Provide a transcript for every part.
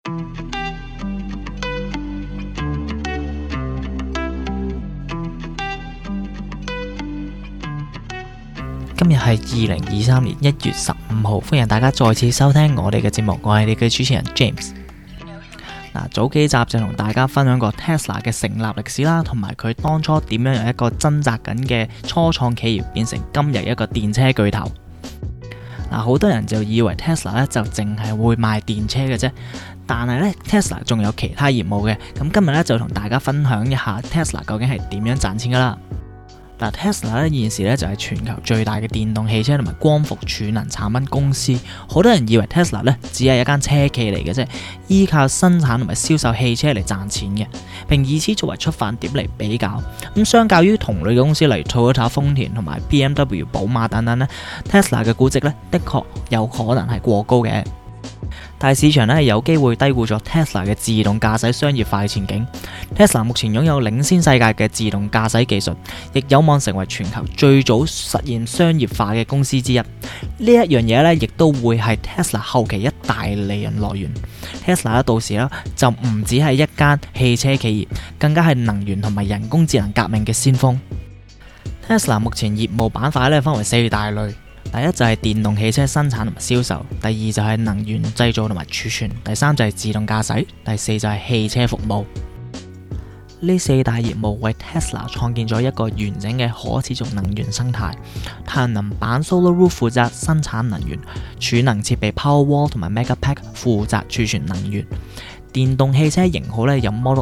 今日係2023年1月15號，歡迎大家再次收聽我哋嘅節目，我係你嘅主持人 James。早幾集就同大家分享過 Tesla 嘅成立歷史啦，同埋佢當初點樣由一個掙扎緊嘅初創企業變成今日一個電車巨頭。好多人就以為 Tesla 咧就淨係會賣電車嘅啫，但係咧 Tesla 仲有其他業務嘅。咁今日咧就同大家分享一下 Tesla 究竟係點樣賺錢噶啦。Tesla 咧現時咧就係全球最大嘅電動汽車同埋光伏儲能產品公司。好多人以為 Tesla 咧只係一間車企嚟嘅啫，依靠生產同埋銷售汽車嚟賺錢嘅，並以此作為出發點嚟比較。咁相較於同類嘅公司例如 Toyota、豐田同埋 BMW、寶馬等等咧 ，Tesla 嘅估值咧的確有可能係過高嘅。但係市場咧有機會低估咗 Tesla 嘅自動駕駛商業化嘅前景。Tesla 目前擁有領先世界嘅自動駕駛技術，亦有望成為全球最早實現商業化嘅公司之一。呢一樣嘢咧，亦都會係 Tesla 後期一大利潤來源。Tesla 到時咧就唔只係一間汽車企業，更加係能源同埋人工智能革命嘅先鋒。Tesla 目前業務板塊咧分為4大類。第一就係電動汽車生產同埋銷售，第二就係能源製造同埋儲存，第三就係自動駕駛，第四就係汽車服務。呢4大業務為 Tesla 創建咗一個完整嘅可持續能源生態。太陽能板 Solar Roof 負責生產能源，儲能設備 Powerwall 同埋 Megapack 負責儲存能源。電動汽車型號咧有 Model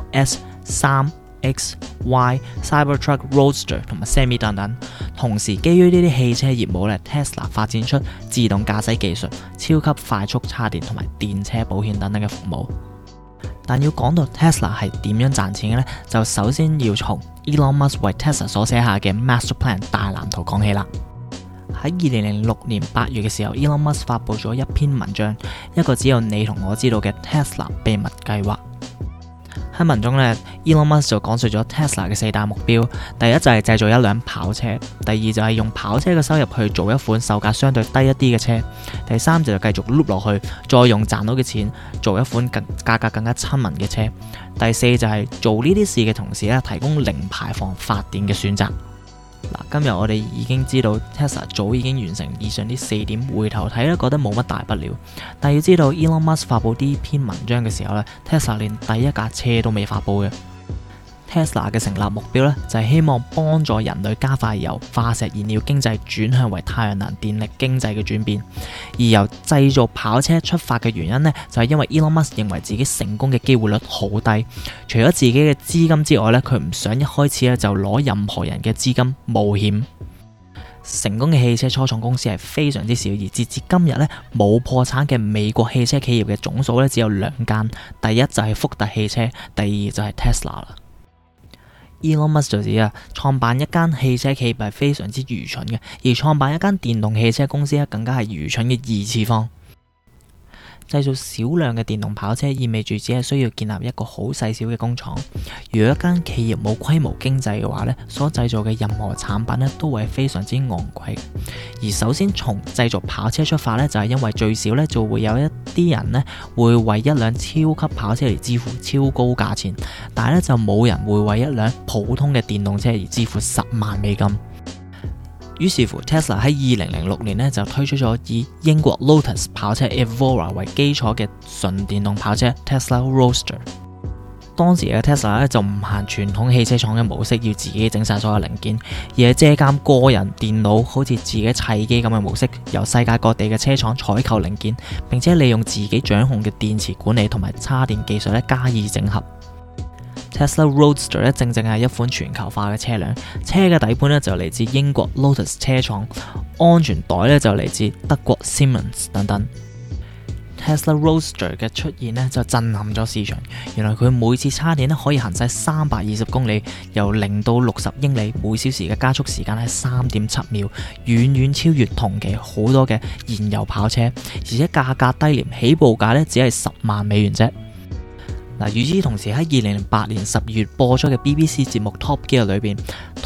S、3、X、Y、Cybertruck、Roadster 同埋 Semi 等等。同時，基於呢啲汽車業務咧 ，Tesla 發展出自動駕駛技術、超級快速叉電同埋電車保險等等嘅服務。但要講到 Tesla 係點樣賺錢嘅呢，就首先要從 Elon Musk 為 Tesla 所寫下嘅 Master Plan 大藍圖講起啦。喺2006年8月嘅時候 ，Elon Musk 發佈咗一篇文章，一個只有你同我知道嘅 Tesla 秘密計劃。喺文中咧 ，Elon Musk 就講述咗 Tesla 嘅4大目標。第一就係製造一輛跑車，第二就係用跑車嘅收入去做一款售價相對低一啲嘅車，第三就繼續碌落去，再用賺到嘅錢做一款價格更加親民嘅車，第四就係做呢啲事嘅同時咧，提供零排放發電嘅選擇。今日我哋已經知道 Tesla 早已經完成以上呢4點，回頭睇咧覺得冇乜大不了。但要知道 Elon Musk 發佈呢篇文章嘅時候咧 ，Tesla 連第一架車都未發佈嘅。Tesla 嘅成立目標咧就係希望幫助人類加快由化石燃料經濟轉向為太陽能電力經濟嘅轉變。而由製造跑車出發嘅原因呢，就係因為 Elon Musk 認為自己成功嘅機會率好低，除咗自己嘅資金之外咧，佢唔想一開始咧就攞任何人嘅資金冒險。成功嘅汽車初創公司係非常之少，而截至今日咧冇破產嘅美國汽車企業嘅總數咧只有2間，第一就係福特汽車，第二就係 Tesla 啦。Elon Musk 就指創辦一間汽車企業係非常之愚蠢嘅，而創辦一間電動汽車公司更加係愚蠢嘅2次方。製造少量嘅電動跑車意味住只係需要建立一個好細小嘅工廠。如果一間企業冇規模經濟嘅話咧，所製造嘅任何產品咧都會係非常之昂貴。而首先從製造跑車出發咧，就係因為最少咧就會有一啲人咧會為一輛超級跑車嚟支付超高價錢，但係咧就冇人會為一輛普通嘅電動車而支付10萬美金。於是乎 Tesla 喺2006年咧就推出咗以英國 Lotus 跑車 Evora 為基礎嘅純電動跑車 Tesla Roadster。當時嘅 Tesla 咧就唔行傳統汽車廠嘅模式，要自己整晒所有零件，而係借鑑個人電腦好似自己砌機咁嘅模式，由世界各地嘅車廠採購零件，並且利用自己掌控嘅電池管理同埋叉電技術咧加以整合。Tesla Roadster 咧正正係一款全球化嘅車輛，車嘅底盤咧就嚟自英國 Lotus 車廠，安全帶咧就嚟自德國 Siemens 等等。Tesla Roadster 嘅出現咧就震撼咗市場，原來佢每次叉電咧可以行駛320公里，由0到60英里每小時嘅加速時間係3.7秒，遠遠超越同期好多嘅燃油跑車，而且價格低廉，起步價咧只係10萬美元啫。與之同時喺2008年12月播出嘅 BBC 節目 Top Gear 裏邊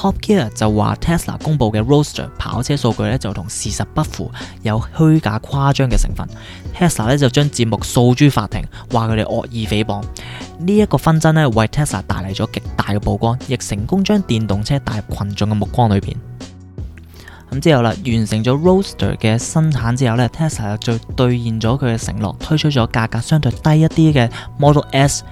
Top Gear 就話 Tesla 公佈嘅 Roadster 跑車數據咧就同事實不符，有虛假誇張嘅成分。Tesla 咧就將節目訴諸法庭，話佢哋惡意誹謗。呢一個紛爭咧為 Tesla 帶嚟咗極大嘅曝光，亦成功將電動車帶入群眾嘅目光裏邊。咁之後啦，完成咗 Roadster 嘅生產之後咧 ，Tesla 就兌現咗佢嘅承諾，推出咗價格相對低一啲嘅 Model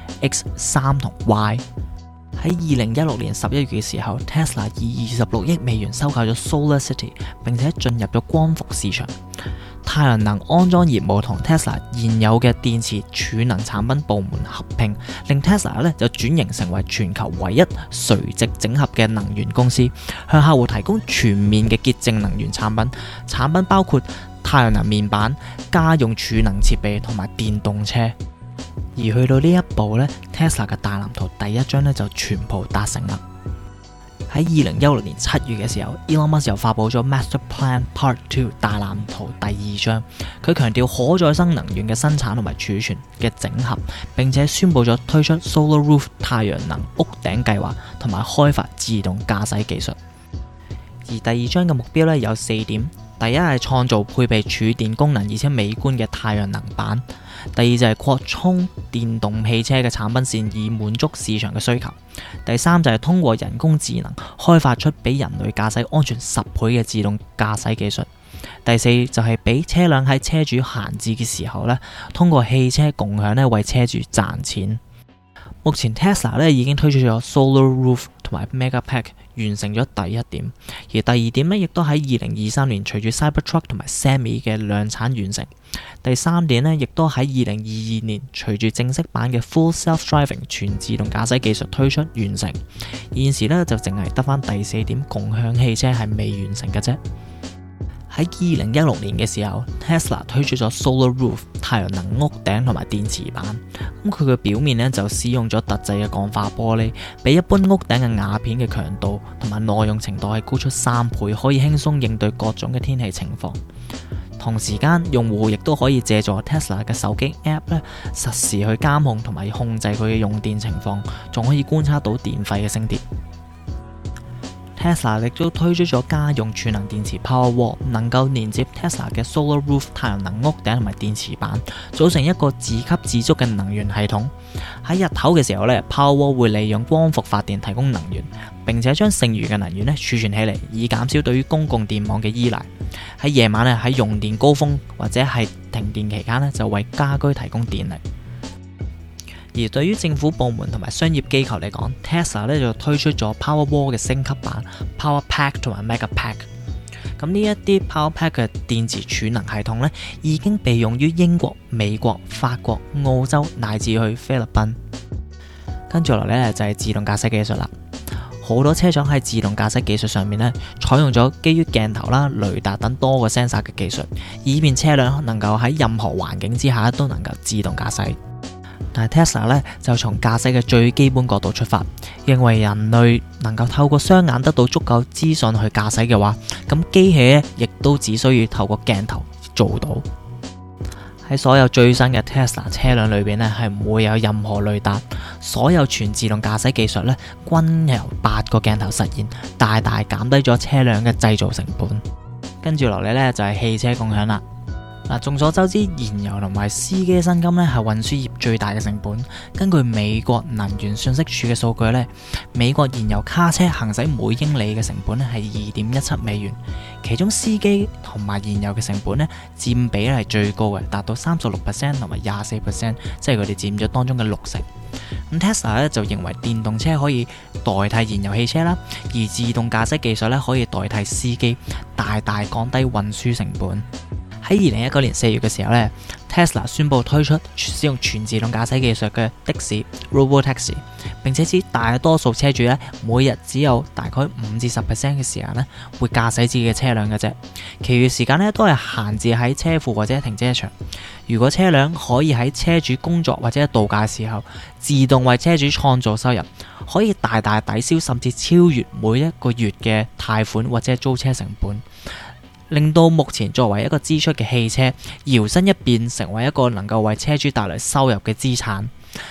S、X3 同 Y。喺2016年11月嘅時候 ，Tesla 以26億美元收購咗 SolarCity， 並且進入咗光伏市場。太陽能安裝業務同 Tesla 現有嘅電池儲能產品部門合併，令 Tesla 咧就轉型成為全球唯一垂直整合嘅能源公司，向客戶提供全面嘅潔淨能源產品。產品包括太陽能面板、家用儲能設備同埋電動車。而去到呢一步咧 ，Tesla 嘅大藍圖第一章咧就全部達成啦。喺2016年7月嘅時候 ，Elon Musk 又發佈咗 Master Plan Part 2大藍圖第2章，佢強調可再生能源嘅生產同埋儲存嘅整合，並且宣布咗推出 Solar Roof 太陽能屋頂計劃，同埋開發自動駕駛技術。而第2章嘅目標咧有4點。第一係創造配備儲電功能而且美觀嘅太陽能板。第二就係擴充電動汽車嘅產品線，以滿足市場嘅需求。第三就係通過人工智能開發出比人類駕駛安全10倍嘅自動駕駛技術。第四就係俾車輛喺車主閒置嘅時候咧，通過汽車共享咧為車主賺錢。目前 Tesla 咧已經推出咗 Solar Roof 同埋 Megapack， 完成咗第一點，而第二點咧亦都喺2023年隨住 Cybertruck 同埋 Semi 嘅量產完成。第三點咧亦都喺2022年隨住正式版嘅 Full Self-Driving 全自動駕駛技術推出完成。現時咧就淨係得翻第四點共享汽車係未完成嘅啫。喺2016年嘅時候 ，Tesla 推出咗 Solar Roof 太陽能屋頂同埋電池板。咁佢嘅表面咧就使用咗特製嘅鋼化玻璃，比一般屋頂嘅瓦片嘅強度同埋耐用程度係高出3倍，可以輕鬆應對各種嘅天氣情況。同時間，用戶亦都可以借助 Tesla 嘅手機 App 咧，實時去監控同埋控制佢嘅用電情況，仲可以觀察到電費嘅升跌。Tesla 亦都推出咗家用儲能電池 Powerwall， 能夠連接 Tesla 嘅 Solar Roof 太陽能屋頂同埋電池板，組成一個自給自足嘅能源系統。喺日頭嘅時候咧 ，Powerwall 會利用光伏發電提供能源，並且將剩餘嘅能源咧儲存起嚟，以減少對於公共電網嘅依賴。喺夜晚咧，喺用電高峰或者係停電期間咧，就為家居提供電力。而對於政府部門同埋商業機構嚟講 ，Tesla 咧就推出咗 Powerwall 嘅升級版 Powerpack 同埋 Megapack。咁呢一啲 Powerpack 嘅電池儲能系統咧，已經被用於英國、美國、法國、澳洲乃至去菲律賓。跟住落嚟咧就係自動駕駛技術啦。好多車廠喺自動駕駛技術上面咧，採用咗基於鏡頭啦、雷達等多個 sensor 嘅技術，以便車輛能夠喺任何環境之下都能夠自動駕駛。但係 Tesla 咧就從駕駛嘅最基本角度出發，認為人類能夠透過雙眼得到足夠資訊去駕駛嘅話，咁機器咧亦都只需要透過鏡頭做到。喺所有最新嘅 Tesla 車輛裏邊咧，係唔會有任何雷達，所有全自動駕駛技術咧均由8個鏡頭實現，大大減低咗車輛嘅製造成本。跟住落嚟咧就係汽車共享啦。眾所周知，燃油同埋司機薪金咧係運輸業最大嘅成本。根據美國能源信息署嘅數據咧，美國燃油卡車行駛每英里嘅成本咧係2.17美元，其中司機同埋燃油嘅成本咧佔比係最高嘅，達到36% 同埋24%，即係佢哋佔咗當中嘅60%。咁 Tesla 咧就認為電動車可以代替燃油汽車啦，而自動駕駛技術咧可以代替司機，大大降低運輸成本。喺2019年4月嘅時候咧 ，Tesla 宣布推出使用全自動駕駛技術嘅的士 Robotaxi， 並且指大多數車主咧每日只有大概5至10% 嘅時間咧會駕駛自己嘅車輛嘅啫，其餘時間咧都係閒置喺車庫或者停車場。如果車輛可以喺車主工作或者度假嘅時候自動為車主創造收入，可以大大抵消甚至超越每一個月嘅貸款或者租車成本，令到目前作為一個支出嘅汽車搖身一變成為一個能夠為車主帶來收入嘅資產。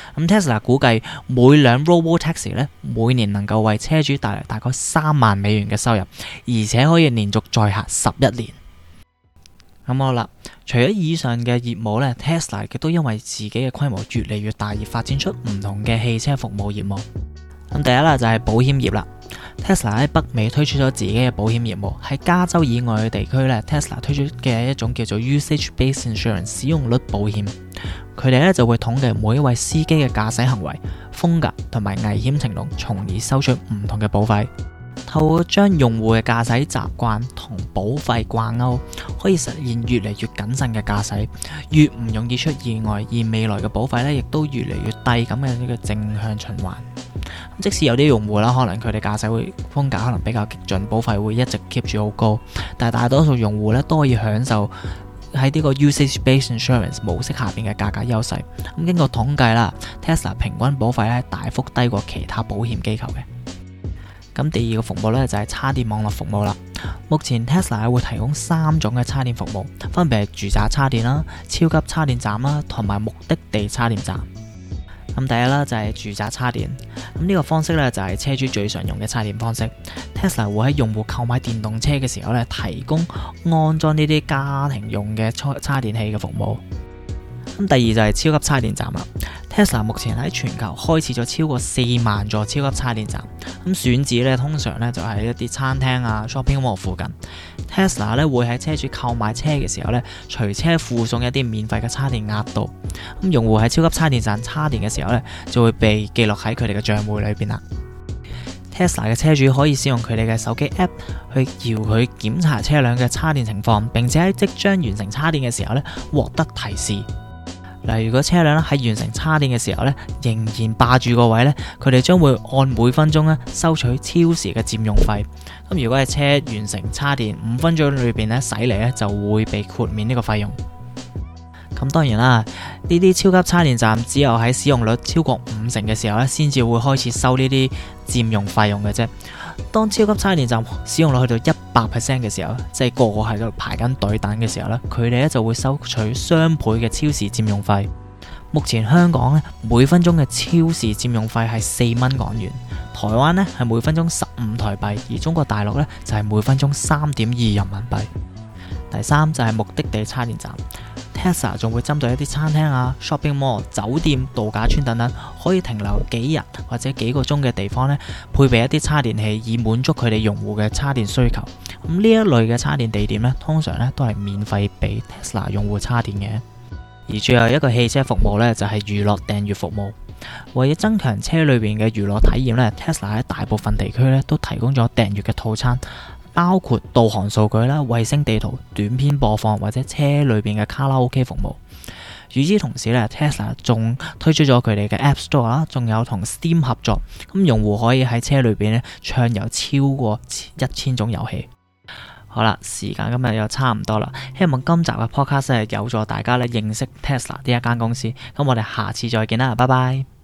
咁 Tesla 估計每輛 Robotaxi 咧，每年能夠為車主帶嚟大概3萬美元嘅收入，而且可以連續載客11年。咁好啦，除咗以上嘅業務咧 ，Tesla 亦都因為自己嘅規模越嚟越大而發展出唔同嘅汽車服務業務。咁第一啦就係保險業啦。Tesla 喺北美推出咗自己嘅保險業務，喺加州以外嘅地區咧 ，Tesla 推出嘅一種叫做 Usage-Based Insurance 使用率保險。佢哋咧就會統計每一位司機嘅駕駛行為、風格同埋危險程度，從而收取唔同嘅保費。透過將用戶嘅駕駛習慣同保費掛鈎，可以實現越嚟越謹慎嘅駕駛，越唔容易出意外，而未來嘅保費咧亦都越嚟越低咁嘅呢個正向循環。即使有啲用戶啦，可能佢哋駕駛會風格可能比較激進，保費會一直 keep 住好高，但係大多數用戶咧都可以享受喺呢個 usage-based insurance 模式下邊嘅價格優勢。咁經過統計啦 ，Tesla 平均保費咧大幅低過其他保險機構嘅。咁第二個服務咧就係叉電網絡服務啦。目前 Tesla 會提供3種嘅叉電服務，分別係住宅叉電啦、超級叉電站啦，同埋目的地叉電站。咁第一啦就係住宅叉電，咁呢個方式咧就係車主最常用嘅叉電方式。Tesla 會喺用戶購買電動車嘅時候咧，提供安裝呢啲家庭用嘅叉電器嘅服務。咁第二就係超級叉電站啦。Tesla 目前喺全球開設咗超過4萬座超級叉電站，咁選址咧通常咧就喺一啲餐廳啊、shopping mall 附近。Tesla 咧會喺車主購買車嘅時候咧，隨車附送一啲免費嘅叉電額度。咁用戶喺超級叉電站叉電嘅時候咧，就會被記錄喺佢哋嘅賬戶裏邊啦。Tesla 嘅車主可以使用佢哋嘅手機 App 去遙距檢查車輛嘅叉電情況，並且喺即將完成叉電嘅時候咧獲得提示。例如，如果車輛喺完成叉電嘅時候咧，仍然霸住個位咧，佢哋將會按每分鐘咧收取超時嘅佔用費。咁如果係車完成叉電5分鐘裏邊咧駛離咧，就會被豁免呢個費用。咁當然啦，呢啲超級叉電站只有喺使用率超過50%嘅時候咧，先至會開始收呢啲佔用費用嘅啫。當超級叉電站使用率去到100% 嘅時候，即係個個喺度排緊隊等嘅時候咧，佢哋咧就會收取雙倍嘅超時佔用費。目前香港咧每分鐘嘅超時佔用費係4蚊港元，台灣咧係每分鐘15台幣，而中國大陸咧就係每分鐘3.2人民幣。第三就係目的地叉電站。Tesla 仲會針對一啲餐廳啊、shopping mall、酒店、度假村等等，可以停留幾日或者幾個鐘嘅地方咧，配備一啲叉電器，以滿足佢哋用戶嘅叉電需求。咁呢一類嘅叉電地點咧，通常咧都係免費俾 Tesla 用戶叉電嘅。而最後一個汽車服務咧，就係娛樂訂閱服務。為咗增強車裏邊嘅娛樂體驗咧 ，Tesla 喺大部分地區咧都提供咗訂閱嘅套餐。包括導航數據啦、衛星地圖、短片播放或者車裏邊嘅卡拉 OK 服務。與之同時咧 ，Tesla 仲推出咗佢哋嘅 App Store 啦，仲有同 Steam 合作，咁用戶可以喺車裏邊咧暢遊超過1000種遊戲。好啦，時間今日又差唔多啦，希望今集嘅 Podcast 有助大家咧認識 Tesla 呢一間公司。咁我哋下次再見啦，拜拜。